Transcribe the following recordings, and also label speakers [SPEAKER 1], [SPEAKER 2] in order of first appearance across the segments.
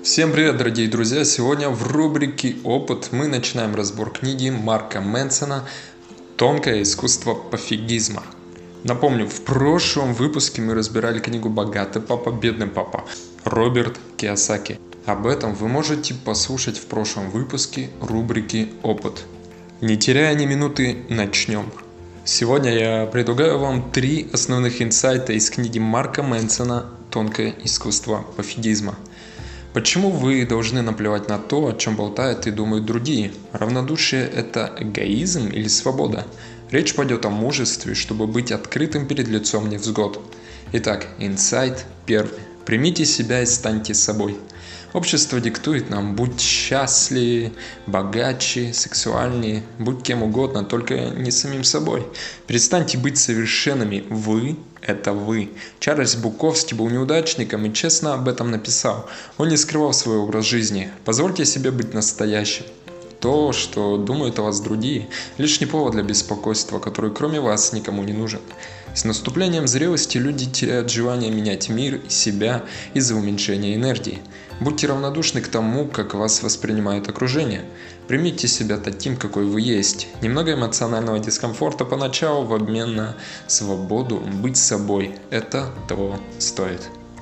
[SPEAKER 1] Всем привет, дорогие друзья! Сегодня в рубрике «Опыт» мы начинаем разбор книги Марка Мэнсона «Тонкое искусство пофигизма». Напомню, в прошлом выпуске мы разбирали книгу «Богатый папа, бедный папа» Роберт Кийосаки. Об этом вы можете послушать в прошлом выпуске рубрики «Опыт». Не теряя ни минуты, начнем. Сегодня я предлагаю вам 3 основных инсайта из книги Марка Мэнсона «Тонкое искусство пофигизма». Почему вы должны наплевать на то, о чем болтают и думают другие? Равнодушие – это эгоизм или свобода? Речь пойдет о мужестве, чтобы быть открытым перед лицом невзгод. Итак, инсайт первый. Примите себя и станьте собой. Общество диктует нам: будь счастливее, богаче, сексуальнее, будь кем угодно, только не самим собой. Перестаньте быть совершенными. Вы – это вы. Чарльз Буковский был неудачником и честно об этом написал. Он не скрывал свой образ жизни. Позвольте себе быть настоящим. То, что думают о вас другие, лишний повод для беспокойства, который кроме вас никому не нужен. С наступлением зрелости люди теряют желание менять мир и себя из-за уменьшения энергии. Будьте равнодушны к тому, как вас воспринимает окружение. Примите себя таким, какой вы есть. Немного эмоционального дискомфорта поначалу в обмен на свободу быть собой. Это того стоит.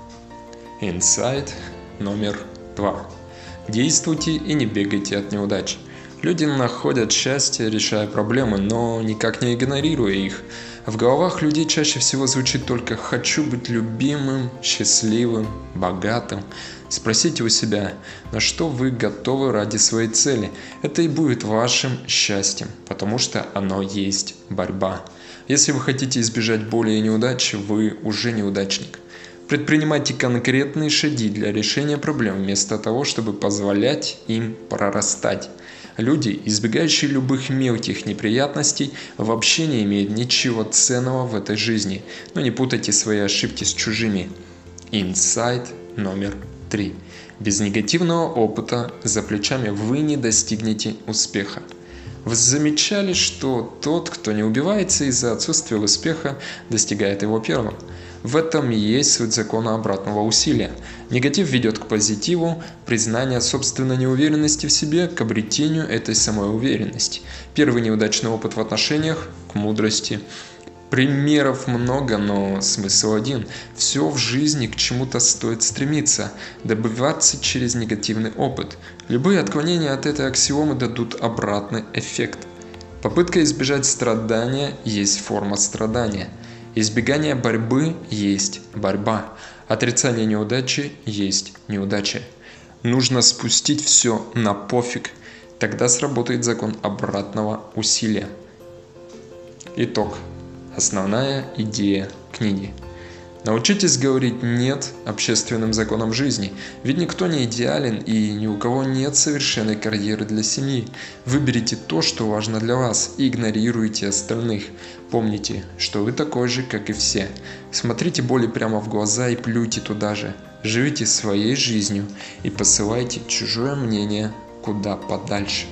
[SPEAKER 1] Инсайт номер 2. Действуйте и не бегайте от неудач. Люди находят счастье, решая проблемы, но никак не игнорируя их. В головах людей чаще всего звучит только «хочу быть любимым, счастливым, богатым». Спросите у себя, на что вы готовы ради своей цели. Это и будет вашим счастьем, потому что оно есть борьба. Если вы хотите избежать боли и неудачи, вы уже неудачник. Предпринимайте конкретные шаги для решения проблем, вместо того, чтобы позволять им прорастать. Люди, избегающие любых мелких неприятностей, вообще не имеют ничего ценного в этой жизни. Но не путайте свои ошибки с чужими. Инсайт номер 3. Без негативного опыта за плечами вы не достигнете успеха. Вы замечали, что тот, кто не убивается из-за отсутствия успеха, достигает его первым? В этом и есть суть закона обратного усилия. Негатив ведет к позитиву, признание собственной неуверенности в себе к обретению этой самой уверенности. Первый неудачный опыт в отношениях к мудрости. Примеров много, но смысл один. Все в жизни к чему-то стоит стремиться, добиваться через негативный опыт. Любые отклонения от этой аксиомы дадут обратный эффект. Попытка избежать страдания есть форма страдания. Избегание борьбы есть борьба. Отрицание неудачи есть неудача. Нужно спустить все на пофиг. Тогда сработает закон обратного усилия. Итог. Основная идея книги. Научитесь говорить «нет» общественным законам жизни, ведь никто не идеален и ни у кого нет совершенной карьеры для семьи. Выберите то, что важно для вас, и игнорируйте остальных. Помните, что вы такой же, как и все. Смотрите боли прямо в глаза и плюйте туда же. Живите своей жизнью и посылайте чужое мнение куда подальше.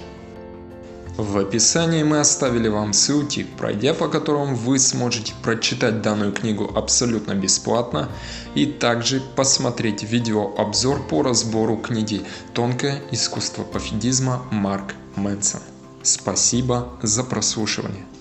[SPEAKER 1] В описании мы оставили вам ссылки, пройдя по которым вы сможете прочитать данную книгу абсолютно бесплатно и также посмотреть видеообзор по разбору книги «Тонкое искусство пофигизма» Марк Мэнсон. Спасибо за прослушивание.